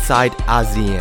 Inside ASEAN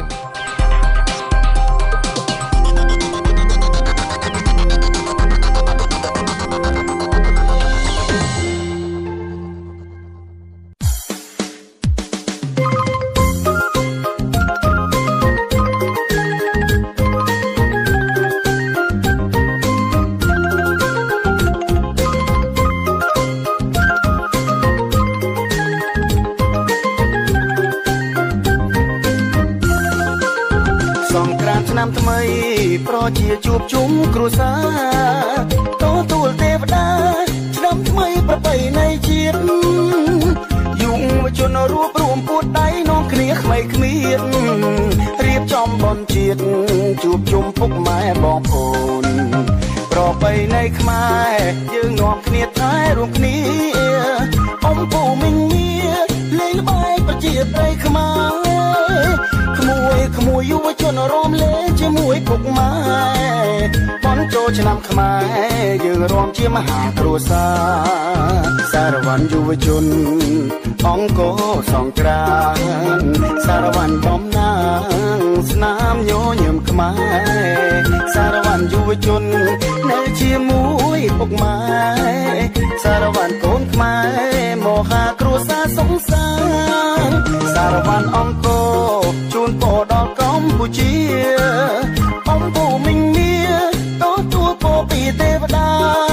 nămថ្មីប្រជាជួបជុំគ្រួសារទទួលទេវតាឆ្នាំថ្មីប្រពៃណីជាតិយុវជនរួបរวมពួតដៃនាំគ្នាក្មេងគ្មៀនរៀបចំបុណ្យជាតិជួបជុំពុកម៉ែបងប្អូនប្រពៃណីខ្មែរយើងនាំគ្នាថែរួមគ្នាអ៊ំពូមីងមាលេងល្បែងប្រជាប្រិយខ្មែរក្មួយយុវជនរំលែងជាមួយពុកម៉ែបន់ចូលឆ្នាំខ្មែរយើងរួមជាមហាគ្រួសារសារវ័នយុវជនអង្គរសង្គ្រាមសារវ័នបំណាងស្នាមញញឹមខ្មែរសារវ័នយុវជននៅជាមួយពុកម៉ែសារវ័នកូនខ្មែរមហាគ្រួសារសង្សារសារវ័នអង្គរជូនពរដល់កម្ពុជាអំពូមីងមាទទួលពរពីទេវតា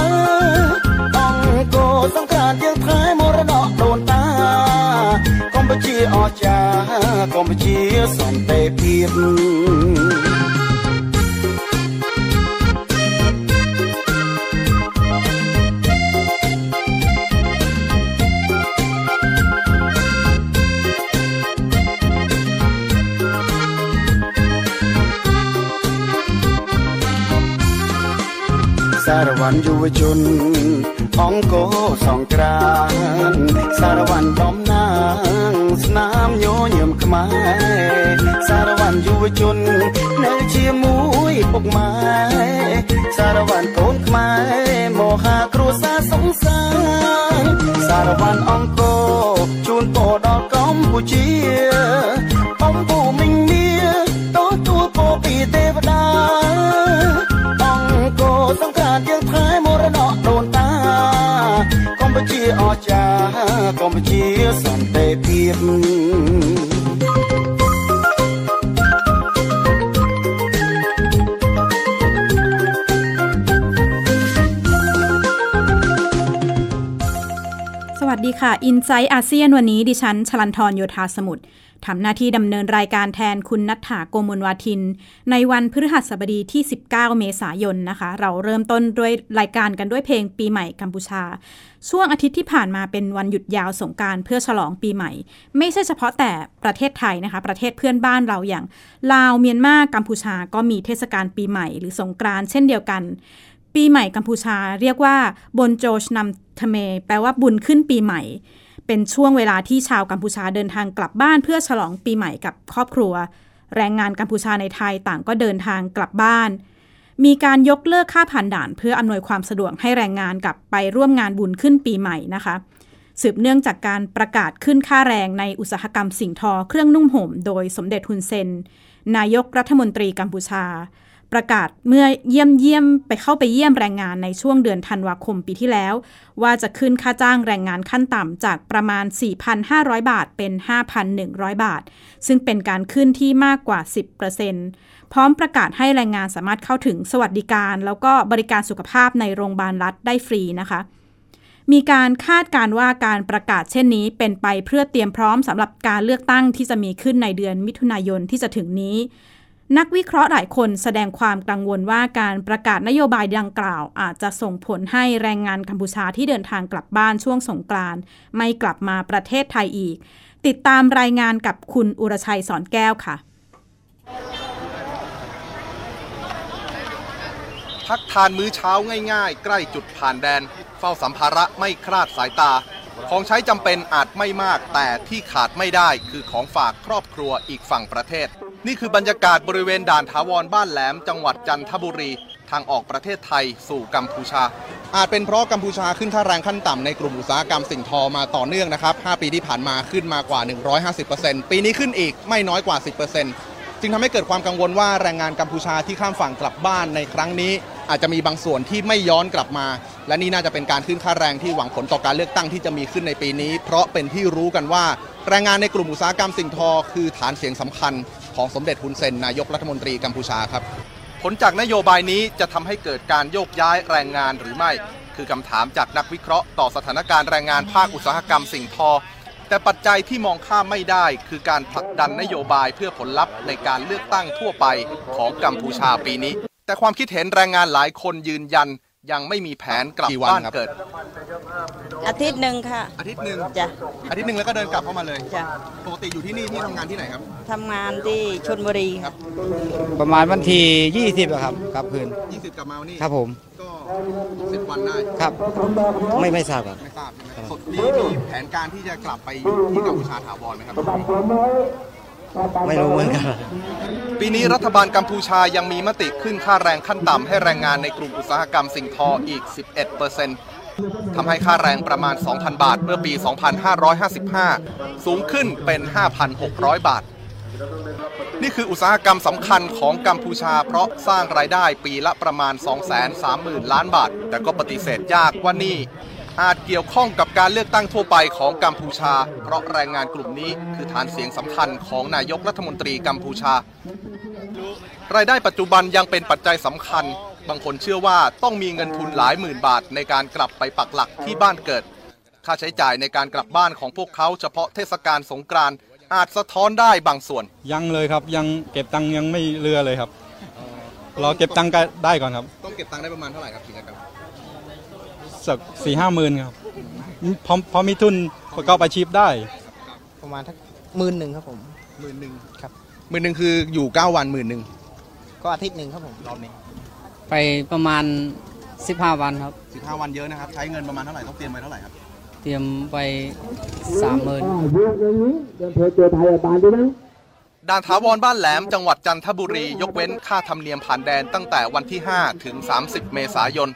អង្គរសង្គ្រាមយើងថែមរតកដូនតាកម្ពុជាអស្ចារ្យកម្ពុជាសន្តិភាពសារវ័នយុវជនអង្គរសង្គ្រាមសារវ័នបំណាងស្នាមញញឹមខ្មែរសារវ័នយុវជននៅជាមួយពុកម៉ែសារវ័នកូនខ្មែរមហាគ្រួសារសង្សារសារវ័នអង្គរជូនពរដល់កម្ពុជាអំពូមីងមាទទួលពរពីទេវតាអង្គរសង្គ្រាមយើងថែមរតកដូនតាកម្ពុជាអស្ចារ្យកម្ពុជាសន្តិភាពสวัสดีค่ะ Inside ASEAN วันนี้ดิฉันชลันธรโยธาสมุทรทำหน้าที่ดำเนินรายการแทนคุณณัฐฐา โกมลวาทินในวันพฤหัสบดีที่19เมษายนนะคะเราเริ่มต้นด้วยรายการกันด้วยเพลงปีใหม่กัมพูชาช่วงอาทิตย์ที่ผ่านมาเป็นวันหยุดยาวสงกรานต์เพื่อฉลองปีใหม่ไม่ใช่เฉพาะแต่ประเทศไทยนะคะประเทศเพื่อนบ้านเราอย่างลาวเมียนมากัมพูชาก็มีเทศกาลปีใหม่หรือสงกรานต์เช่นเดียวกันปีใหม่กัมพูชาเรียกว่าบนโจชนัมทเมแปลว่าบุญขึ้นปีใหม่เป็นช่วงเวลาที่ชาวกัมพูชาเดินทางกลับบ้านเพื่อฉลองปีใหม่กับครอบครัวแรงงานกัมพูชาในไทยต่างก็เดินทางกลับบ้านมีการยกเลิกค่าผ่านด่านเพื่ออำนวยความสะดวกให้แรงงานกลับไปร่วมงานบุญขึ้นปีใหม่นะคะสืบเนื่องจากการประกาศขึ้นค่าแรงในอุตสาหกรรมสิ่งทอเครื่องนุ่งห่มโดยสมเด็จฮุนเซนนายกรัฐมนตรีกัมพูชาประกาศเมื่อเข้าไปเยี่ยมแรงงานในช่วงเดือนธันวาคมปีที่แล้วว่าจะขึ้นค่าจ้างแรงงานขั้นต่ำจากประมาณ 4,500 บาทเป็น 5,100 บาทซึ่งเป็นการขึ้นที่มากกว่า 10% พร้อมประกาศให้แรงงานสามารถเข้าถึงสวัสดิการแล้วก็บริการสุขภาพในโรงพยาบาลรัฐได้ฟรีนะคะมีการคาดการณ์ว่าการประกาศเช่นนี้เป็นไปเพื่อเตรียมพร้อมสำหรับการเลือกตั้งที่จะมีขึ้นในเดือนมิถุนายนที่จะถึงนี้นักวิเคราะห์หลายคนแสดงความกังวลว่าการประกาศนโยบายดังกล่าวอาจจะส่งผลให้แรงงานกัมพูชาที่เดินทางกลับบ้านช่วงสงกรานต์ไม่กลับมาประเทศไทยอีกติดตามรายงานกับคุณอุรชัยสอนแก้วค่ะพักทานมื้อเช้าง่ายๆใกล้จุดผ่านแดนเฝ้าสัมภาระไม่คลาดสายตาของใช้จำเป็นอาจไม่มากแต่ที่ขาดไม่ได้คือของฝากครอบครัวอีกฝั่งประเทศนี่คือบรรยากาศบริเวณด่านถาวรบ้านแหลมจังหวัดจันทบุรีทางออกประเทศไทยสู่กัมพูชาอาจเป็นเพราะกัมพูชาขึ้นค่าแรงขั้นต่ำในกลุ่มอุตสาหกรรมสิ่งทอมาต่อเนื่องนะครับ5ปีที่ผ่านมาขึ้นมากว่า 150% ปีนี้ขึ้นอีกไม่น้อยกว่า 10%จึงทำให้เกิดความกังวลว่าแรงงานกัมพูชาที่ข้ามฝั่งกลับบ้านในครั้งนี้อาจจะมีบางส่วนที่ไม่ย้อนกลับมาและนี่น่าจะเป็นการขึ้นค่าแรงที่หวังผลต่อการเลือกตั้งที่จะมีขึ้นในปีนี้เพราะเป็นที่รู้กันว่าแรงงานในกลุ่มอุตสาหกรรมสิ่งทอคือฐานเสียงสำคัญของสมเด็จฮุนเซนนายกรัฐมนตรีกัมพูชาครับผลจากนโยบายนี้จะทำให้เกิดการโยกย้ายแรงงานหรือไม่คือคำถามจากนักวิเคราะห์ต่อสถานการณ์แรงงานภาคอุตสาหกรรมสิ่งทอแต่ปัจจัยที่มองข้ามไม่ได้คือการผลักดันนโยบายเพื่อผลลัพธ์ในการเลือกตั้งทั่วไปของกัมพูชาปีนี้แต่ความคิดเห็นแรงงานหลายคนยืนยันยังไม่มีแผนกลับบ้านเกิดอาทิตย์หนึ่งค่ะอาทิตย์หนึ่งจ้ะอาทิตย์หนึ่งแล้วก็เดินกลับเข้ามาเลยจ้ะปกติอยู่ที่นี่ที่ทำงานที่ไหนครับทำงานที่ชลบุรีครับประมาณวันที่20ครับกลับคืน 20กลับมาวันนี้ครับผมก็10วันได้ครับไม่ทราบครับไม่ทราบใช่ไหมมีแผนการที่จะกลับไปที่กัมพูชาถาวรไหมครับไม่รู้เหมือนกันปีนี้รัฐบาลกัมพูชายังมีมติขึ้นค่าแรงขั้นต่ำให้แรงงานในกลุ่มอุตสาหกรรมสิ่งทออีก 11% ทำให้ค่าแรงประมาณ 2,000 บาทเมื่อปี 2555 สูงขึ้นเป็น 5,600 บาทนี่คืออุตสาหกรรมสำคัญของกัมพูชาเพราะสร้างรายได้ปีละประมาณ 230,000 ล้านบาทแต่ก็ปฏิเสธยากว่านี่อาจเกี่ยวข้องกับการเลือกตั้งทั่วไปของกัมพูชาเพราะแรงงานกลุ่มนี้คือฐานเสียงสำคัญของนายกรัฐมนตรีกัมพูชารายได้ปัจจุบันยังเป็นปัจจัยสำคัญบางคนเชื่อว่าต้องมีเงินทุนหลายหมื่นบาทในการกลับไปปักหลักที่บ้านเกิดค่าใช้จ่ายในการกลับบ้านของพวกเขาเฉพาะเทศกาลสงกรานต์อาจสะท้อนได้บางส่วนยังเลยครับยังเก็บตังค์ยังไม่เรือเลยครับรอเก็บตังค์ได้ก่อนครับต้องเก็บตังค์ได้ประมาณเท่าไหร่ครับถึงจะกลับสัก 4-5 หมื่นครับพอมีทุนประกอบอาชีพได้ประมาณทัก11,000ครับผม 11,000ครับ11,000คืออยู่9วัน11,000 ก็อาทิตย์หนึ่งครับผมรอบนี้ไปประมาณ15วันครับ 15วันเยอะนะครับใช้เงินประมาณเท่าไหร่ต้องเตรียมไว้เท่าไหร่ครับเตรียมไป 30,000 ด่านถาวรบ้านแหลมจังหวัดจันทบุรียกเว้นค่าธรรมเนียมผ่านแดนตั้งแต่วันที่5ถึง30เมษายน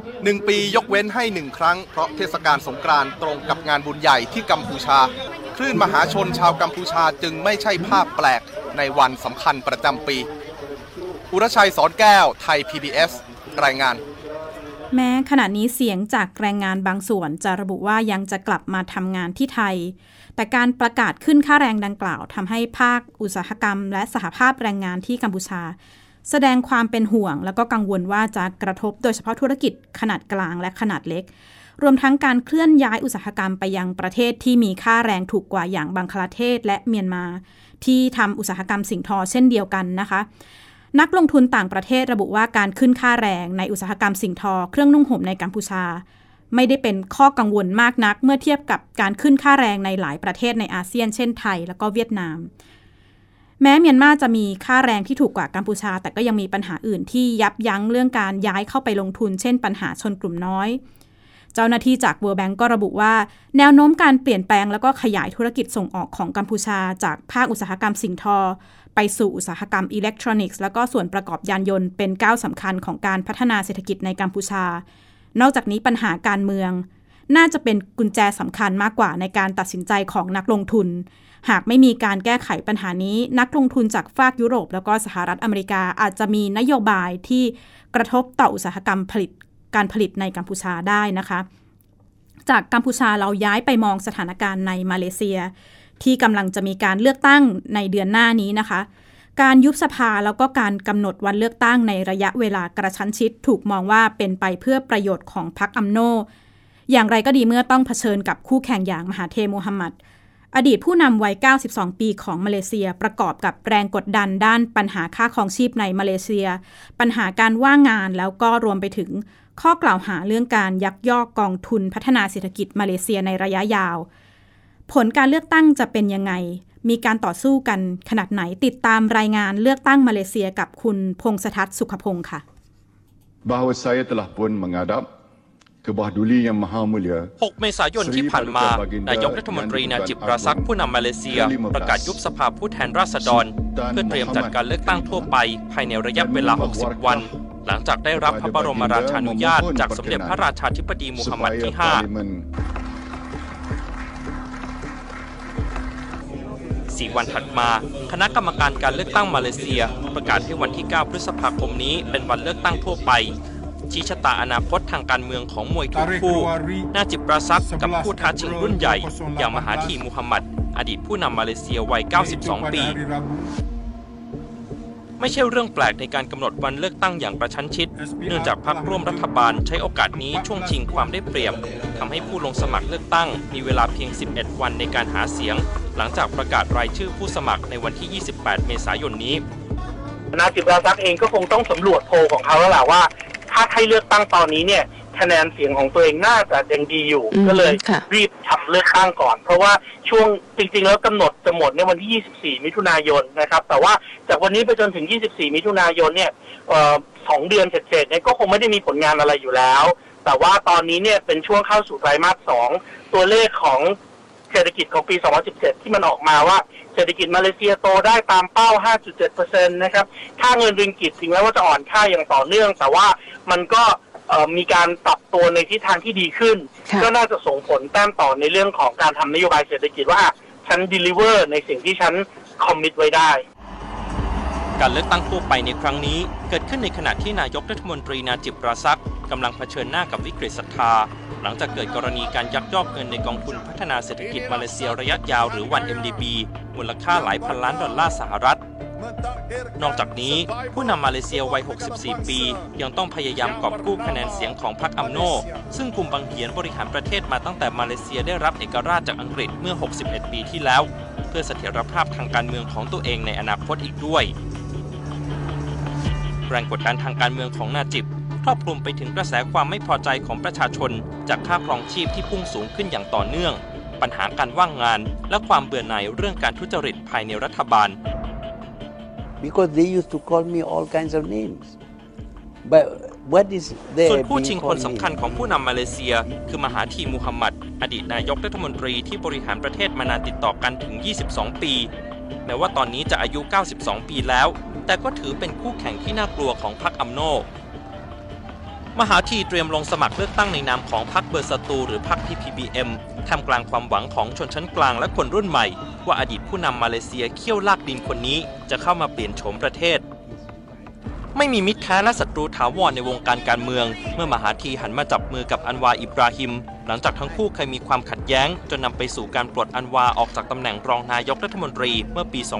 1ปียกเว้นให้1ครั้งเพราะเทศกาลสงกรานต์ตรงกับงานบุญใหญ่ที่กัมพูชาคลื่นมหาชนชาวกัมพูชาจึงไม่ใช่ภาพแปลกในวันสำคัญประจำปีอุรชัยสอนแก้วไทย PBS รายงานแม้ขณะนี้เสียงจากแรงงานบางส่วนจะระบุว่ายังจะกลับมาทำงานที่ไทยแต่การประกาศขึ้นค่าแรงดังกล่าวทำให้ภาคอุตสาหกรรมและสหภาพแรงงานที่กัมพูชาแสดงความเป็นห่วงแล้วก็กังวลว่าจะกระทบโดยเฉพาะธุรกิจขนาดกลางและขนาดเล็กรวมทั้งการเคลื่อนย้ายอุตสาหกรรมไปยังประเทศที่มีค่าแรงถูกกว่าอย่างบังคลาเทศและเมียนมาที่ทำอุตสาหกรรมสิ่งทอเช่นเดียวกันนะคะนักลงทุนต่างประเทศระบุว่าการขึ้นค่าแรงในอุตสาหกรรมสิ่งทอเครื่องนุ่งห่มในกัมพูชาไม่ได้เป็นข้อกังวลมากนักเมื่อเทียบกับการขึ้นค่าแรงในหลายประเทศในอาเซียนเช่นไทยแล้วก็เวียดนามแม้เมียนมาจะมีค่าแรงที่ถูกกว่ากัมพูชาแต่ก็ยังมีปัญหาอื่นที่ยับยั้งเรื่องการย้ายเข้าไปลงทุนเช่นปัญหาชนกลุ่มน้อยเจ้าหน้าที่จาก World Bank ก็ระบุว่าแนวโน้มการเปลี่ยนแปลงแล้วก็ขยายธุรกิจส่งออกของกัมพูชาจากภาคอุตสาหกรรมสิ่งทอไปสู่อุตสาหกรรมอิเล็กทรอนิกส์แล้วก็ส่วนประกอบยานยนต์เป็นก้าวสำคัญของการพัฒนาเศรษฐกิจในกัมพูชานอกจากนี้ปัญหาการเมืองน่าจะเป็นกุญแจสำคัญมากกว่าในการตัดสินใจของนักลงทุนหากไม่มีการแก้ไขปัญหานี้นักลงทุนจากฝากยุโรปแล้วก็สหรัฐอเมริกาอาจจะมีนโยบายที่กระทบต่ออุตสาหกรรมการผลิตในกัมพูชาได้นะคะจากกัมพูชาเราย้ายไปมองสถานการณ์ในมาเลเซียที่กำลังจะมีการเลือกตั้งในเดือนหน้านี้นะคะการยุบสภาแล้วก็การกำหนดวันเลือกตั้งในระยะเวลากระชั้นชิดถูกมองว่าเป็นไปเพื่อประโยชน์ของพรรคอัมโนอย่างไรก็ดีเมื่อต้องเผชิญกับคู่แข่งอย่างมหาเทโมฮัมหมัดอดีตผู้นำวัย92ปีของมาเลเซียประกอบกับแรงกดดันด้านปัญหาค่าครองชีพในมาเลเซียปัญหาการว่างงานแล้วก็รวมไปถึงข้อกล่าวหาเรื่องการยักยอกกองทุนพัฒนาเศรษฐกิจมาเลเซียในระยะยาวผลการเลือกตั้งจะเป็นยังไงมีการต่อสู้กันขนาดไหนติดตามรายงานเลือกตั้งมาเลเซียกับคุณพงษ์สทัศน์สุขพงษ์ค่ะ Bahawa saya telah pun menghadap ke Bawah Duli Yang Maha Mulia 6 เมษายนที่ผ่านมานายกรัฐมนตรีนาจิบ ราซักผู้นำมาเลเซียประกาศยุบสภาผู้แทนราษฎรเพื่อเตรียมจัดการเลือกตั้งทั่วไปภายในระยะเวลา60วันหลังจากได้รับพระบรมราชานุญาตจากสมเด็จพระราชาธิบดีมูฮัมหมัดที่ 5 4 วันถัดมาคณะกรรมการการเลือกตั้งมาเลเซียประกาศให้วันที่ 9 พฤษภาคมนี้เป็นวันเลือกตั้งทั่วไปชี้ชะตาอนาคตทางการเมืองของมวยถูกคู่นาจิบ ราซักกับผู้ท้าชิงรุ่นใหญ่อย่างมหาธีมูฮัมหมัดอดีตผู้นำมาเลเซียวัย 92 ปี ไม่ใช่เรื่องแปลกในการกำหนดวันเลือกตั้งอย่างกระชั้นชิดเนื่องจากพรรคร่วมรัฐบาลใช้โอกาสนี้ช่วงชิงความได้เปรียบทำให้ผู้ลงสมัครเลือกตั้งมีเวลาเพียง 11 วันในการหาเสียงหลังจากประกาศรายชื่อผู้สมัครในวันที่ 28 เมษายนนี้นาจิบ ราซักเองก็คงต้องสำรวจโพลของเขาแล้วแหละว่าถ้าให้เลือกตั้งตอนนี้เนี่ยคะแนนเสียงของตัวเองน่าจะยังดีอยู่ก็เลยรีบทำเลือกตั้งก่อนเพราะว่าช่วงจริงๆแล้วกำหนดจะหมดในวันที่ 24 มิถุนายนนะครับแต่ว่าจากวันนี้ไปจนถึง 24 มิถุนายนเนี่ย2 เดือนเศษๆเนี่ยก็คงไม่ได้มีผลงานอะไรอยู่แล้วแต่ว่าตอนนี้เนี่ยเป็นช่วงเข้าสู่ไตรมาส 2ตัวเลขของเศรษฐกิจของปี 2017 ที่มันออกมาว่าเศรษฐกิจมาเลเซียโตได้ตามเป้า 5.7% นะครับค่าเงินริงกิตถึงแม้ว่าจะอ่อนค่าอย่างต่อเนื่องแต่ว่ามันก็มีการปรับตัวในทิศทางที่ดีขึ้นก็น่าจะส่งผลแต้มต่อในเรื่องของการทำนโยบายเศรษฐกิจว่าฉัน deliver ในสิ่งที่ฉัน commit ไว้ได้การเลือกตั้งทั่วไปในครั้งนี้เกิดขึ้นในขณะที่นายกรัฐมนตรีนาจิบ ราซักกำลังเผชิญหน้ากับวิกฤตศรัทธาหลังจากเกิดกรณีการยักยอกเงินในกองทุนพัฒนาเศรษฐกิจมาเลเซียระยะยาวหรือ 1MDB มูลค่าหลายพันล้านดอลลาร์สหรัฐนอกจากนี้ผู้นำมาเลเซียวัย 64 ปียังต้องพยายามกอบกู้คะแนนเสียงของพรรคอัมโนซึ่งกลุ่มบังเหียนบริหารประเทศมาตั้งแต่มาเลเซียได้รับเอกราชจากอังกฤษเมื่อ 61 ปีที่แล้วเพื่อเสถียรภาพทางการเมืองของตัวเองในอนาคตอีกด้วยแรงกดดันทางการเมืองของนาจิบครอบคลุมไปถึงกระแสความไม่พอใจของประชาชนจากค่าครองชีพที่พุ่งสูงขึ้นอย่างต่อเนื่องปัญหาการว่างงานและความเบื่อหน่ายเรื่องการทุจริตภายในรัฐบาล Because they used to call me all kinds of names. But what is there? ส่วนผู้ชิงคนสำคัญของผู้นำมาเลเซียคือมหาธีมูฮัมหมัดอดีตนายกรัฐมนตรีที่บริหารประเทศมานานติดต่อกันถึง 22 ปีแม้ว่าตอนนี้จะอายุ 92 ปีแล้วแต่ก็ถือเป็นคู่แข่งที่น่ากลัวของพรรคอัมโนมหาธีเตรียมลงสมัครเลือกตั้งในนามของพรรคเบอร์ซาตูหรือพรรค PPBM ท่ามกลางความหวังของชนชั้นกลางและคนรุ่นใหม่ว่าอดีตผู้นำมาเลเซียเขี้ยวลากดินคนนี้จะเข้ามาเปลี่ยนโฉมประเทศไม่มีมิตรแท้และศัตรูถาวรในวงการการเมืองเมื่อมหาธีหันมาจับมือกับอันวาอิบราฮิมหลังจากทั้งคู่เคยมีความขัดแย้งจนนำไปสู่การปลดอันวาออกจากตำแหน่งรองนายกรัฐมนตรีเมื่อปี 2541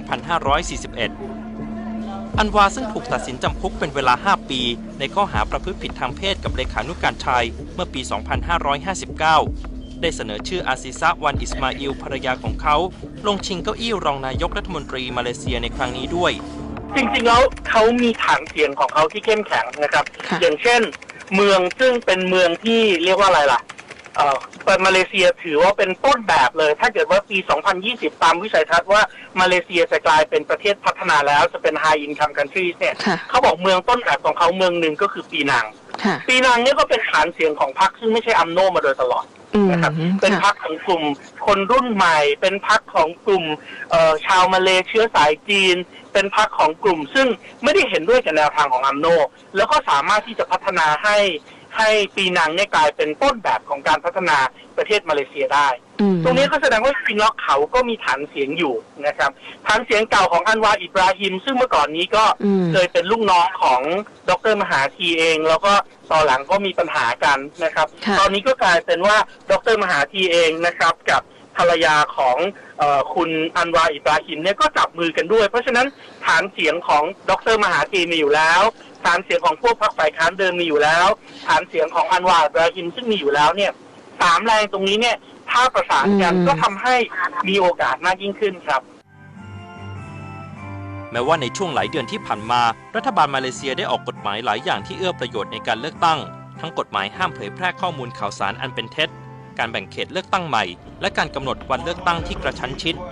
อันวาซึ่งถูกตัดสินจำคุกเป็นเวลา 5 ปีในข้อหาประพฤติผิดทางเพศกับเลขานุการชายเมื่อปี 2559 ได้เสนอชื่ออาซิซะวันอิสมาอิลภรรยาของเขาลงชิงเก้าอี้รองนายกรัฐมนตรีมาเลเซียในครั้งนี้ด้วยจริงๆแล้วเขามีฐานเสียงของเขาที่เข้มแข็งนะครับอย่างเช่นเมืองซึ่งเป็นเมืองที่เรียกว่าอะไรล่ะมาเลเซียถือว่าเป็นต้นแบบเลยถ้าเกิดว่าปี 2020 ตามวิสัยทัศน์ว่ามาเลเซียจะกลายเป็นประเทศพัฒนาแล้วจะเป็น High Income Countries เนี่ยเขาบอกเมืองต้นแบบของเขาเมืองหนึ่งก็คือปีนังเนี่ยก็เป็นฐานเสียงของพรรคซึ่งไม่ใช่อัมโนมาโดยตลอดนะครับเป็นพรรคของกลุ่มคนรุ่นใหม่เป็นพรรคของกลุ่มชาวมาเลเชื้อสายจีนเป็นพรรคของกลุ่มซึ่งไม่ได้เห็นด้วยกับแนวทางของอัมโนแล้วก็สามารถที่จะพัฒนาให้ปีนังเนี่ยกลายเป็นต้นแบบของการพัฒนาประเทศมาเลเซียได้ตรงนี้ก็แสดงว่าฟินล็อกเขาก็มีฐานเสียงอยู่นะครับฐานเสียงเก่าของอันวาอิบราฮิมซึ่งเมื่อก่อนนี้ก็เคยเป็นลูกน้องของดร.มหาธีเองแล้วก็ตอนหลังก็มีปัญหากันนะครับตอนนี้ก็กลายเป็นว่าดร.มหาธีเองนะครับกับภรรยาของคุณอันวาอิบราฮิมเนี่ยก็จับมือกันด้วยเพราะฉะนั้นฐานเสียงของดร.มหาธีมีอยู่แล้วฐานเสียงของพวกพรรคฝ่ายค้านเดิมมีอยู่แล้วฐานเสียงของอันวาอิบราฮิมซึ่งมีอยู่แล้วเนี่ย3แรงตรงนี้เนี่ยถ้าประสานกันก็ทำให้มีโอกาสมากยิ่งขึ้นครับแม้ว่าในช่วงหลายเดือนที่ผ่านมารัฐบาลมาเลเซียได้ออกกฎหมายหลายอย่างที่เอื้อประโยชน์ในการเลือกตั้งทั้งกฎหมายห้ามเผยแพร่ข้อมูลข่าวสารอันเป็นเท็จการแบ่งเขตเลือกตั้งใหม่และการกำหนดวันเลือกตั้งที่กระชั้นชิด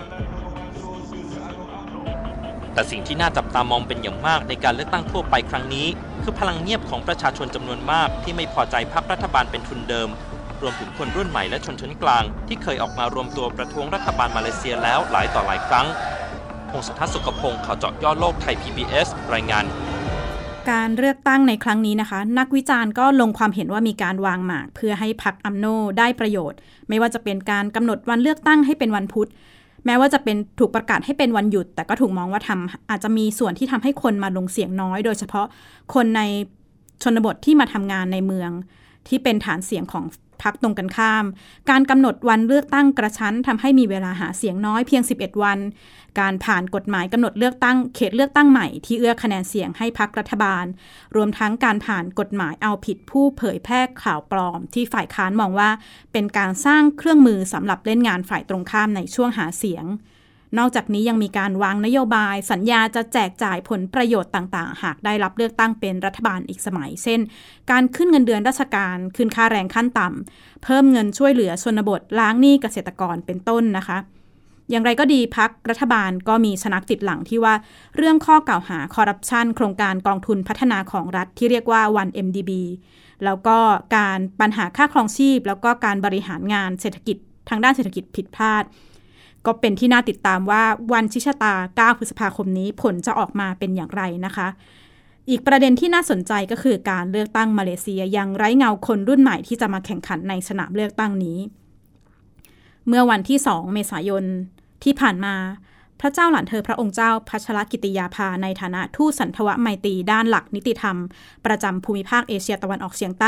แต่สิ่งที่น่าจับตามองเป็นอย่างมากในการเลือกตั้งทั่วไปครั้งนี้คือพลังเงียบของประชาชนจำนวนมากที่ไม่พอใจพรรครัฐบาลเป็นทุนเดิมรวมถึงคนรุ่นใหม่และชนชั้นกลางที่เคยออกมารวมตัวประท้วงรัฐบาลมาเลเซียแล้วหลายต่อหลายครั้งพงศธร สุขพงศ์ข่าวเจาะย่อโลกไทย PBS รายงานการเลือกตั้งในครั้งนี้นะคะนักวิจารณ์ก็ลงความเห็นว่ามีการวางหมากเพื่อให้พรรคอัมโนได้ประโยชน์ไม่ว่าจะเป็นการกำหนดวันเลือกตั้งให้เป็นวันพุธแม้ว่าจะเป็นถูกประกาศให้เป็นวันหยุดแต่ก็ถูกมองว่าอาจจะมีส่วนที่ทำให้คนมาลงเสียงน้อยโดยเฉพาะคนในชนบทที่มาทำงานในเมืองที่เป็นฐานเสียงของพรรคตรงกันข้ามการกำหนดวันเลือกตั้งกระชั้นทำให้มีเวลาหาเสียงน้อยเพียง11วันการผ่านกฎหมายกำหนดเลือกตั้งเขตเลือกตั้งใหม่ที่เอื้อคะแนนเสียงให้พรรครัฐบาลรวมทั้งการผ่านกฎหมายเอาผิดผู้เผยแพร่ข่าวปลอมที่ฝ่ายค้านมองว่าเป็นการสร้างเครื่องมือสำหรับเล่นงานฝ่ายตรงข้ามในช่วงหาเสียงนอกจากนี้ยังมีการวางนโยบายสัญญาจะแจกจ่ายผลประโยชน์ต่างๆหากได้รับเลือกตั้งเป็นรัฐบาลอีกสมัยเช่นการขึ้นเงินเดือนราชการขึ้นค่าแรงขั้นต่ำเพิ่มเงินช่วยเหลือชนบทล้างหนี้เกษตรกรเป็นต้นนะคะอย่างไรก็ดีพรรครัฐบาลก็มีชนักติดหลังที่ว่าเรื่องข้อกล่าวหาคอร์รัปชันโครงการกองทุนพัฒนาของรัฐที่เรียกว่า 1MDB แล้วก็การปัญหาค่าครองชีพแล้วก็การบริหารงานเศรษฐกิจทางด้านเศรษฐกิจผิดพลาดก็เป็นที่น่าติดตามว่าวันชี้ชะตา9พฤษภาคมนี้ผลจะออกมาเป็นอย่างไรนะคะอีกประเด็นที่น่าสนใจก็คือการเลือกตั้งมาเลเซียยังไร้เงาคนรุ่นใหม่ที่จะมาแข่งขันในสนามเลือกตั้งนี้เมื่อวันที่2เมษายนที่ผ่านมาพระเจ้าหลานเธอพระองค์เจ้าพัชรกิติยาภาในฐานะทูตสันทวไมตรีด้านหลักนิติธรรมประจำภูมิภาคเอเชียตะวันออกเฉียงใต้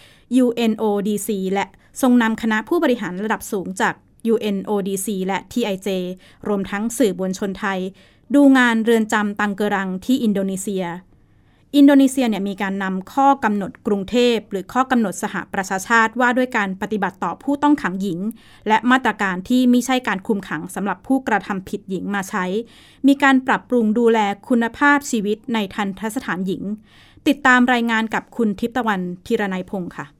UNODC และทรงนำคณะผู้บริหารระดับสูงจากUNODC และ TIJ รวมทั้งสื่อมวลชนไทยดูงานเรือนจำตังเกรังที่อินโดนีเซียเนี่ยมีการนำข้อกำหนดกรุงเทพหรือข้อกำหนดสหประชาชาติว่าด้วยการปฏิบัติต่อผู้ต้องขังหญิงและมาตรการที่ไม่ใช่การคุมขังสำหรับผู้กระทำผิดหญิงมาใช้มีการปรับปรุงดูแลคุณภาพชีวิตในทันตสถานหญิงติดตามรายงานกับคุณทิพย์ตะวันธีรนัยพงษ์ค่ะ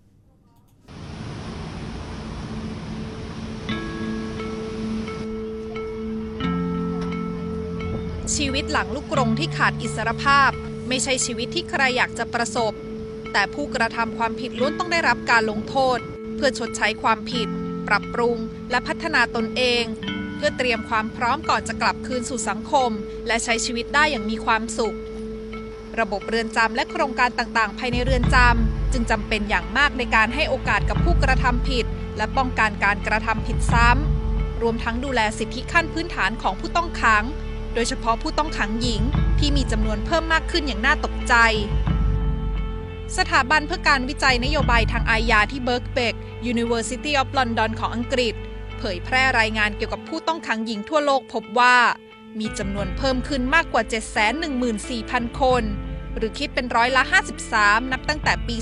ชีวิตหลังลูกกรงที่ขาดอิสรภาพไม่ใช่ชีวิตที่ใครอยากจะประสบแต่ผู้กระทำความผิดล้วนต้องได้รับการลงโทษเพื่อชดใช้ความผิดปรับปรุงและพัฒนาตนเองเพื่อเตรียมความพร้อมก่อนจะกลับคืนสู่สังคมและใช้ชีวิตได้อย่างมีความสุขระบบเรือนจำและโครงการต่างๆภายในเรือนจำจึงจำเป็นอย่างมากในการให้โอกาสกับผู้กระทำผิดและป้องกันการกระทำผิดซ้ำรวมทั้งดูแลสิทธิขั้นพื้นฐานของผู้ต้องขังโดยเฉพาะผู้ต้องขังหญิงที่มีจำนวนเพิ่มมากขึ้นอย่างน่าตกใจสถาบันเพื่อการวิจัยนโยบายทางอาญาที่ Birkbeck University of London ของอังกฤษเผยแพร่รายงานเกี่ยวกับผู้ต้องขังหญิงทั่วโลกพบว่ามีจำนวนเพิ่มขึ้นมากกว่า 714,000 คนหรือคิดเป็น53%นับตั้งแต่ปี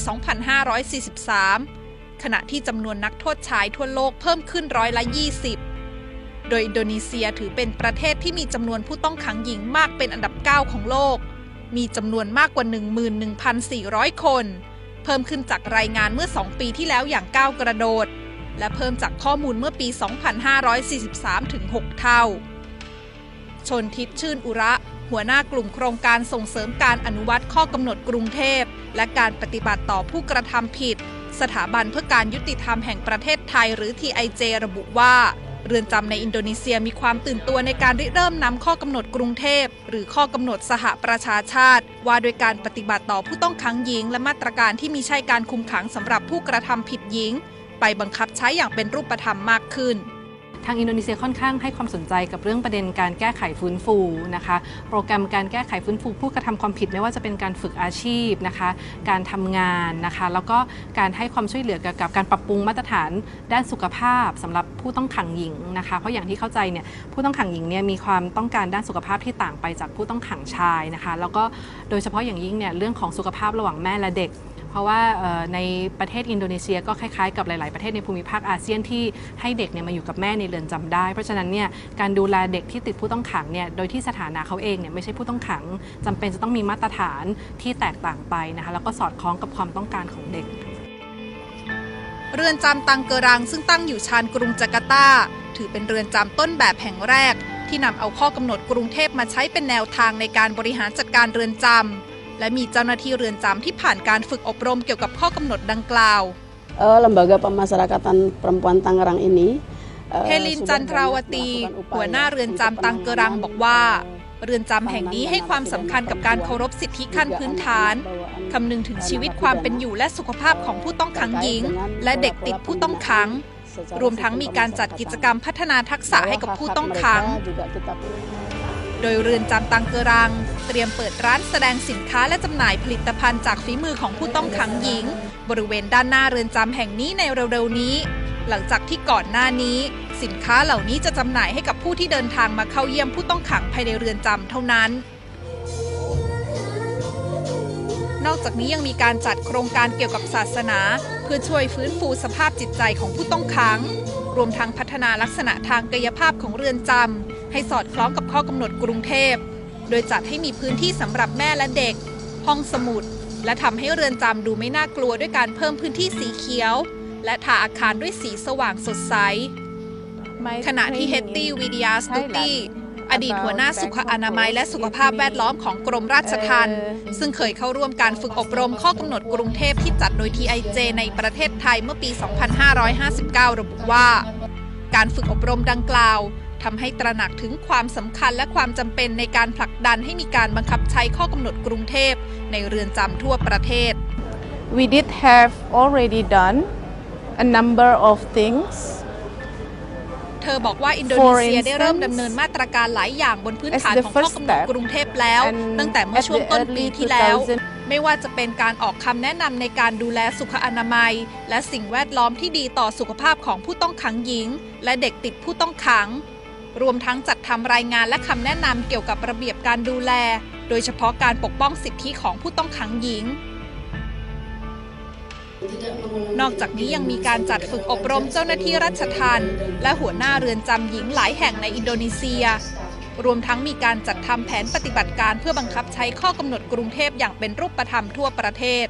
2543 ขณะที่จำนวนนักโทษชายทั่วโลกเพิ่มขึ้น20%โดยอินโดนีเซียถือเป็นประเทศที่มีจำนวนผู้ต้องขังหญิงมากเป็นอันดับ9ของโลกมีจำนวนมากกว่า 11,400 คนเพิ่มขึ้นจากรายงานเมื่อ2ปีที่แล้วอย่างก้าวกระโดดและเพิ่มจากข้อมูลเมื่อปี 2543 ถึง 6 เท่าชนทิพย์ชื่นอุระหัวหน้ากลุ่มโครงการส่งเสริมการอนุวัตข้อกำหนดกรุงเทพและการปฏิบัติต่อผู้กระทำผิดสถาบันเพื่อการยุติธรรมแห่งประเทศไทยหรือ TIJ ระบุว่าเรือนจำในอินโดนีเซียมีความตื่นตัวในการริเริ่มนำข้อกำหนดกรุงเทพหรือข้อกำหนดสหประชาชาติว่าโดยการปฏิบัติต่อผู้ต้องขังหญิงและมาตรการที่มิใช่การคุมขังสำหรับผู้กระทำผิดหญิงไปบังคับใช้อย่างเป็นรูปธรรมมากขึ้นทางอินโดนีเซียค่อนข้างให้ความสนใจกับเรื่องประเด็นการแก้ไขฟื้นฟูนะคะโปรแกรมการแก้ไขฟื้นฟูผู้กระทำความผิดไม่ว่าจะเป็นการฝึกอาชีพนะคะการทำงานนะคะแล้วก็การให้ความช่วยเหลือเกี่ยวกับการปรับปรุงมาตรฐานด้านสุขภาพสำหรับผู้ต้องขังหญิงนะคะเพราะอย่างที่เข้าใจเนี่ยผู้ต้องขังหญิงเนี่ยมีความต้องการด้านสุขภาพที่ต่างไปจากผู้ต้องขังชายนะคะแล้วก็โดยเฉพาะอย่างยิ่งเนี่ยเรื่องของสุขภาพระหว่างแม่และเด็กเพราะว่าในประเทศอินโดนีเซียก็คล้ายๆกับหลายๆประเทศในภูมิภาคอาเซียนที่ให้เด็กเนี่ยมาอยู่กับแม่ในเรือนจำได้เพราะฉะนั้นเนี่ยการดูแลเด็กที่ติดผู้ต้องขังเนี่ยโดยที่สถานะเขาเองเนี่ยไม่ใช่ผู้ต้องขังจำเป็นจะต้องมีมาตรฐานที่แตกต่างไปนะคะแล้วก็สอดคล้องกับความต้องการของเด็กเรือนจำตังเกรังซึ่งตั้งอยู่ชานกรุงจาการ์ตาถือเป็นเรือนจำต้นแบบแห่งแรกที่นำเอาข้อกำหนดกรุงเทพมาใช้เป็นแนวทางในการบริหารจัดการเรือนจำและมีเจ้าหน้าที่เรือนจำที่ผ่านการฝึกอบรมเกี่ยวกับข้อกำหนดดังกล่าว Lembaga Pemasyarakatan Perempuan Tangerang ini เฮลินจันทราวตีหัวหน้าเรือนจำตังเกรังบอกว่าเรือนจำแห่งนี้ให้ความสำคัญกับการเคารพสิทธิขั้นพื้นฐานคำนึงถึงชีวิตความเป็นอยู่และสุขภาพของผู้ต้องขังหญิงและเด็กติดผู้ต้องขังรวมทั้งมีการจัดกิจกรรมพัฒนาทักษะให้กับผู้ต้องขังโดยเรือนจำตังเกอรังเตรียมเปิดร้านแสดงสินค้าและจำหน่ายผลิตภัณฑ์จากฝีมือของผู้ต้องขังหญิงบริเวณด้านหน้าเรือนจำแห่งนี้ในเร็วๆนี้หลังจากที่ก่อนหน้านี้สินค้าเหล่านี้จะจำหน่ายให้กับผู้ที่เดินทางมาเข้าเยี่ยมผู้ต้องขังภายในเรือนจำเท่านั้นนอกจากนี้ยังมีการจัดโครงการเกี่ยวกับศาสนาเพื่อช่วยฟื้นฟูสภาพจิตใจของผู้ต้องขังรวมทั้งพัฒนาลักษณะทางกายภาพของเรือนจำให้สอดคล้องกับข้อกำหนดกรุงเทพโดยจัดให้มีพื้นที่สำหรับแม่และเด็กห้องสมุดและทำให้เรือนจำดูไม่น่ากลัวด้วยการเพิ่มพื้นที่สีเขียวและทาอาคารด้วยสีสว่างสดใสขณะที่เฮตตี้วิดียาสตูตี้อดีตหัวหน้าสุขอนามัยและสุขภาพแวดล้อมของกรมราชทัณฑ์ซึ่งเคยเข้าร่วมการฝึกอบรมข้อกำหนดกรุงเทพที่จัดโดย TIJ ในประเทศไทยเมื่อปี 2559 ระบุว่าการฝึกอบรมดังกล่าวทำให้ตระหนักถึงความสำคัญและความจำเป็นในการผลักดันให้มีการบังคับใช้ข้อกำหนดกรุงเทพในเรือนจำทั่วประเทศ We did have already done a number of things เธอบอกว่าอินโดนีเซียได้เริ่มดำเนินมาตรการหลายอย่างบนพื้นฐานของข้อกำหนดกรุงเทพแล้วตั้งแต่เมื่อช่วงต้นปีที่แล้วไม่ว่าจะเป็นการออกคำแนะนำในการดูแลสุขอนามัยและสิ่งแวดล้อมที่ดีต่อสุขภาพของผู้ต้องขังหญิงและเด็กติดผู้ต้องขังรวมทั้งจัดทำรายงานและคำแนะนำเกี่ยวกับระเบียบการดูแลโดยเฉพาะการปกป้องสิทธิของผู้ต้องขังหญิงนอกจากนี้ยังมีการจัดฝึกอบรมเจ้าหน้าที่ราชทัณฑ์และหัวหน้าเรือนจำหญิงหลายแห่งในอินโดนีเซียรวมทั้งมีการจัดทำแผนปฏิบัติการเพื่อบังคับใช้ข้อกำหนดกรุงเทพอย่างเป็นรูปธรรมทั่วประเทศ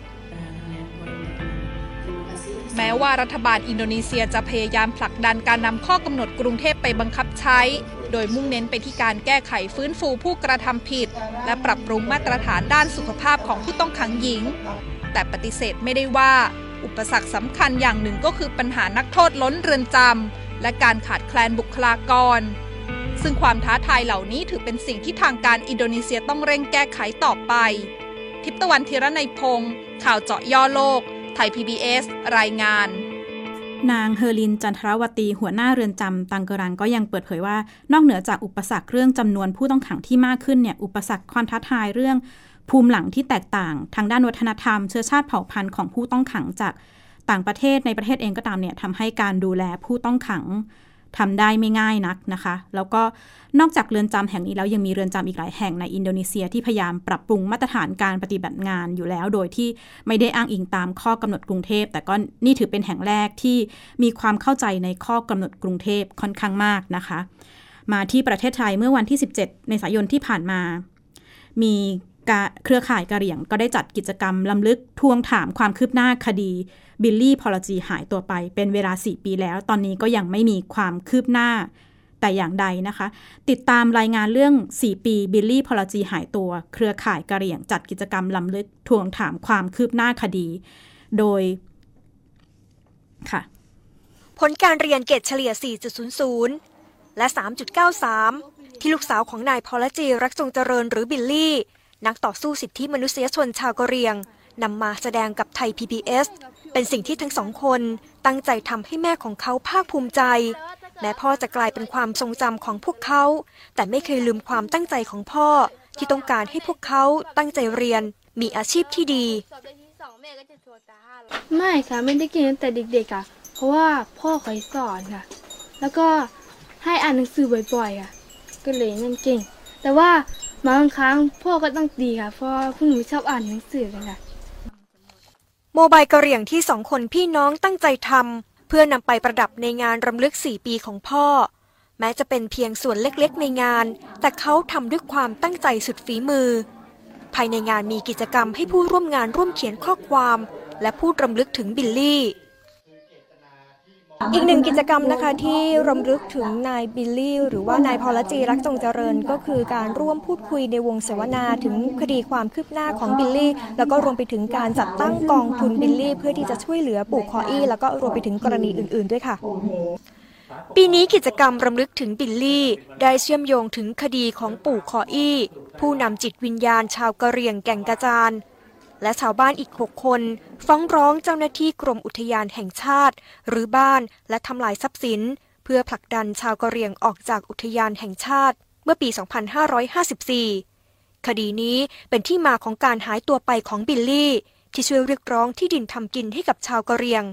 แม้ว่ารัฐบาลอินโดนีเซียจะพยายามผลักดันการนำข้อกำหนดกรุงเทพไปบังคับใช้โดยมุ่งเน้นไปที่การแก้ไขฟื้นฟูผู้กระทำผิดและปรับปรุงมาตรฐานด้านสุขภาพของผู้ต้องขังหญิงแต่ปฏิเสธไม่ได้ว่าอุปสรรคสำคัญอย่างหนึ่งก็คือปัญหานักโทษล้นเรือนจำและการขาดแคลนบุคลากรซึ่งความท้าทายเหล่านี้ถือเป็นสิ่งที่ทางการอินโดนีเซียต้องเร่งแก้ไขต่อไปทิพย์ตะวันธีรนัยพงศ์ข่าวเจาะย่อโลกไทย PBS รายงานนางเฮอรินจันทรวตีหัวหน้าเรือนจำตังเกอรังก็ยังเปิดเผยว่านอกเหนือจากอุปสรรคเรื่องจำนวนผู้ต้องขังที่มากขึ้นเนี่ยอุปสรรคความท้าทายเรื่องภูมิหลังที่แตกต่างทางด้านวัฒนธรรมเชื้อชาติเผ่าพันธุ์ของผู้ต้องขังจากต่างประเทศในประเทศเองก็ตามเนี่ยทำให้การดูแลผู้ต้องขังทำได้ไม่ง่ายนักนะคะแล้วก็นอกจากเรือนจำแห่งนี้แล้วยังมีเรือนจำอีกหลายแห่งในอินโดนีเซียที่พยายามปรับปรุงมาตรฐานการปฏิบัติงานอยู่แล้วโดยที่ไม่ได้อ้างอิงตามข้อกำหนดกรุงเทพแต่ก็นี่ถือเป็นแห่งแรกที่มีความเข้าใจในข้อกำหนดกรุงเทพค่อนข้างมากนะคะมาที่ประเทศไทยเมื่อวันที่17เมษายนที่ผ่านมามีเครือข่ายกะเหรี่ยงก็ได้จัดกิจกรรมรำลึกทวงถามความคืบหน้าคดีบิลลี่พอลจีหายตัวไปเป็นเวลา4ปีแล้วตอนนี้ก็ยังไม่มีความคืบหน้าแต่อย่างใดนะคะติดตามรายงานเรื่อง4ปีบิลลี่พอลจีหายตัวเครือข่ายกะเหรี่ยงจัดกิจกรรมรำลึกทวงถามความคืบหน้าคดีโดยค่ะผลการเรียนเกรดเฉลี่ย 4.00 และ 3.93 ที่ลูกสาวของนายพอลจีรักจงเจริญหรือบิลลี่นักต่อสู้สิทธิมนุษยชนชาวกะเหรี่ยงนำมาแสดงกับไทย PBS เป็นสิ่งที่ทั้งสองคนตั้งใจทำให้แม่ของเขาภาคภูมิใจแม้พ่อจะกลายเป็นความทรงจำของพวกเขาแต่ไม่เคยลืมความตั้งใจของพ่อที่ต้องการให้พวกเขาตั้งใจเรียนมีอาชีพที่ดีไม่ค่ะไม่ได้เก่งตั้งแต่เด็กๆค่ะเพราะว่าพ่อเคยสอนค่ะแล้วก็ให้อ่านหนังสือบ่อยๆค่ะก็เลยนั่นเก่งแต่ว่าบางครั้งพ่อก็ต้องดีค่ะเพราะพวกหนูชอบอ่านหนังสือกันค่ะโมบายกะเหรี่ยงที่สองคนพี่น้องตั้งใจทำเพื่อนำไปประดับในงานรำลึก4ปีของพ่อแม้จะเป็นเพียงส่วนเล็กๆในงานแต่เขาทำด้วยความตั้งใจสุดฝีมือภายในงานมีกิจกรรมให้ผู้ร่วมงานร่วมเขียนข้อความและพูดรำลึกถึงบิลลี่อีกหนึ่งกิจกรรมนะคะที่รำลึกถึงนายบิลลี่หรือว่านายพอลจีรักจงเจริญก็คือการร่วมพูดคุยในวงเสวนาถึงคดีความคืบหน้าของบิลลี่แล้วก็รวมไปถึงการจัดตั้งกองทุนบิลลี่เพื่อที่จะช่วยเหลือปู่คออี้แล้วก็รวมไปถึงกรณีอื่นๆด้วยค่ะปีนี้กิจกรรมรำลึกถึงบิลลี่ได้เชื่อมโยงถึงคดีของปู่คออี้ผู้นำจิตวิญญาณชาวกะเหรี่ยงแก่งกระจานและชาวบ้านอีก6 คนฟ้องร้องเจ้าหน้าที่กรมอุทยานแห่งชาติหรือบ้านและทำลายทรัพย์สินเพื่อผลักดันชาวกะเหรี่ยงออกจากอุทยานแห่งชาติเมื่อปี 2554 คดีนี้เป็นที่มาของการหายตัวไปของบิลลี่ที่ช่วยเรียกร้องที่ดินทำกินให้กับชาวกะเหรี่ยง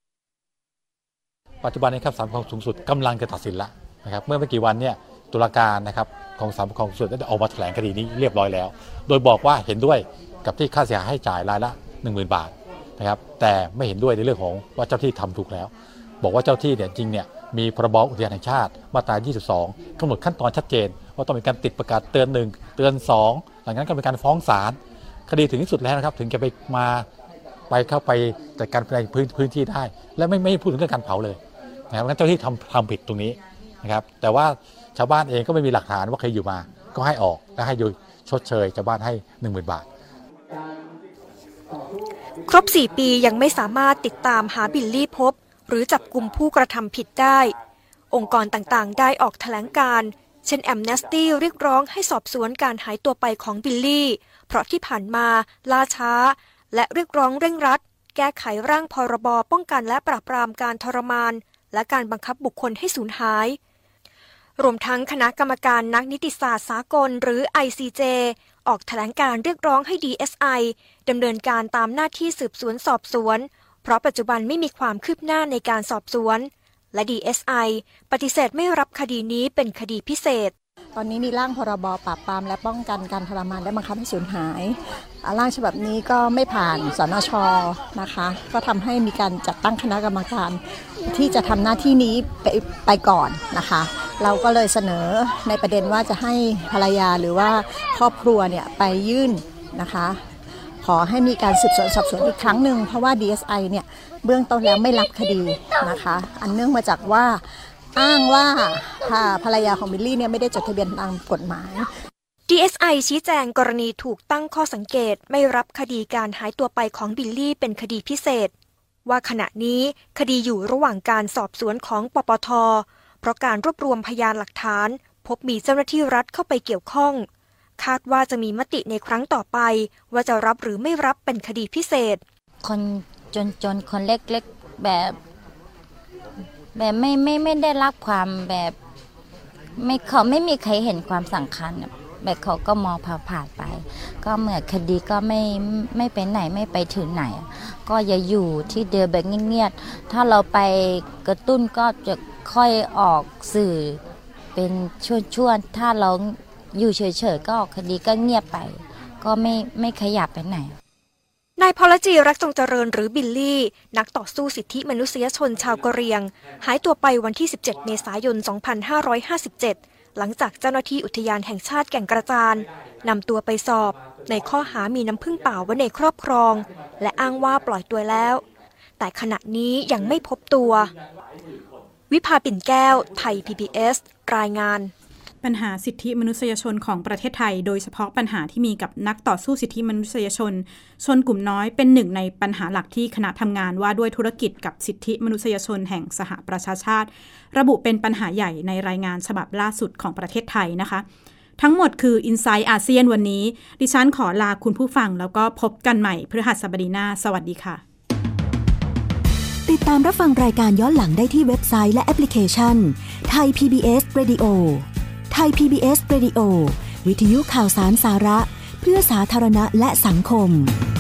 ปัจจุบันนี้ครับศาลปกครองสูงสุดกำลังจะตัดสินแล้วนะครับเมื่อไม่กี่วันเนี่ยตุลาการนะครับของศาลปกครองสูงสุดได้ออกมาแถลงคดีนี้เรียบร้อยแล้วโดยบอกว่าเห็นด้วยกับที่ค่าเสียหายให้จ่ายรายละ 10,000 บาทนะครับแต่ไม่เห็นด้วยในเรื่องของว่าเจ้าที่ทำถูกแล้วบอกว่าเจ้าที่เนี่ยจริงเนี่ยมีพรบอุทยานแห่งชาติมาตรา 22 กำหนดขั้นตอนชัดเจนว่าต้องมีการติดประกาศเตือน1เตือน2หลังจากนั้นก็มีการฟ้องศาลคดีถึงที่สุดแล้วนะครับถึงจะเข้าไปจัดการในพื้นที่ได้และไม่พูดถึงเรื่องการเผาเลยนะครับงั้นเจ้าที่ทำผิดตรงนี้นะครับแต่ว่าชาวบ้านเองก็ไม่มีหลักฐานว่าเคยอยู่มาก็ให้ออกและให้ชดเชยชาวบ้านให้ 10,000 บาทครบ4 ปียังไม่สามารถติดตามหาบิลลี่พบหรือจับกลุ่มผู้กระทำผิดได้องค์กรต่างๆได้ออกแถลงการณ์เช่น Amnesty เรียกร้องให้สอบสวนการหายตัวไปของบิลลี่เพราะที่ผ่านมาล่าช้าและเรียกร้องเร่งรัดแก้ไขร่างพรบป้องกันและปราบปรามการทรมานและการบังคับบุคคลให้สูญหายรวมทั้งคณะกรรมการนักนิติศาสตร์สากลหรือ ICJ ออกแถลงการเรียกร้องให้ DSI ดำเนินการตามหน้าที่สืบสวนสอบสวนเพราะปัจจุบันไม่มีความคืบหน้าในการสอบสวนและ DSI ปฏิเสธไม่รับคดีนี้เป็นคดีพิเศษตอนนี้มีร่างพรบปราบปรามและป้องกันการทรมานและบังคับให้สูญหายร่างฉบับนี้ก็ไม่ผ่านสนช.นะคะก็ทำให้มีการจัดตั้งคณะกรรมการที่จะทำหน้าที่นี้ไปก่อนนะคะเราก็เลยเสนอในประเด็นว่าจะให้ภรรยาหรือว่าครอบครัวเนี่ยไปยื่นนะคะขอให้มีการสืบสวนสอบสวนอีกครั้งหนึ่งเพราะว่า DSI เนี่ยเบื้องต้นแล้วไม่รับคดีนะคะอันเนื่องมาจากว่าอ้างว่าภรรยาของบิลลี่เนี่ยไม่ได้จดทะเบียนตามกฎหมาย DSI ชี้แจงกรณีถูกตั้งข้อสังเกตไม่รับคดีการหายตัวไปของบิลลี่เป็นคดีพิเศษว่าขณะนี้คดีอยู่ระหว่างการสอบสวนของปปท.เพราะการรวบรวมพยานหลักฐานพบมีเจ้าหน้าที่รัฐเข้าไปเกี่ยวข้องคาดว่าจะมีมติในครั้งต่อไปว่าจะรับหรือไม่รับเป็นคดีพิเศษคนจนคนเล็กๆแบบไม่ได้รับความแบบเขาไม่มีใครเห็นความสำคัญแบบเขาก็มองผ่านไปก็เหมือนคดีก็ไม่ไปไหนไม่ไปถึงไหนก็อย่าอยู่ที่เดิมแบบเงียบๆถ้าเราไปกระตุ้นก็จะค่อยออกสื่อเป็นช่วงถ้าเราอยู่เฉยๆก็คดีก็เงียบไปก็ไม่ขยับไปไหนนายพลจีรักจงเจริญหรือบิลลี่นักต่อสู้สิทธิมนุษยชนชาวกะเหรี่ยงหายตัวไปวันที่17 เมษายน 2557 หลังจากเจ้าหน้าที่อุทยานแห่งชาติแก่งกระจานนำตัวไปสอบในข้อหามีน้ำผึ้งเปล่าไว้ในครอบครองและอ้างว่าปล่อยตัวแล้วแต่ขณะนี้ยังไม่พบตัววิภาปิ่นแก้วไทย PBS รายงานปัญหาสิทธิมนุษยชนของประเทศไทยโดยเฉพาะปัญหาที่มีกับนักต่อสู้สิทธิมนุษยชนชนกลุ่มน้อยเป็นหนึ่งในปัญหาหลักที่คณะทำงานว่าด้วยธุรกิจกับสิทธิมนุษยชนแห่งสหประชาชาติระบุเป็นปัญหาใหญ่ในรายงานฉบับล่าสุดของประเทศไทยนะคะทั้งหมดคือ Inside อาเซียนวันนี้ดิฉันขอลาคุณผู้ฟังแล้วก็พบกันใหม่พฤหัสบดีหน้าสวัสดีค่ะติดตามรับฟังรายการย้อนหลังได้ที่เว็บไซต์และแอปพลิเคชัน Thai PBS Radio Thai PBS Radio วิทยุข่าวสารสาระเพื่อสาธารณะและสังคม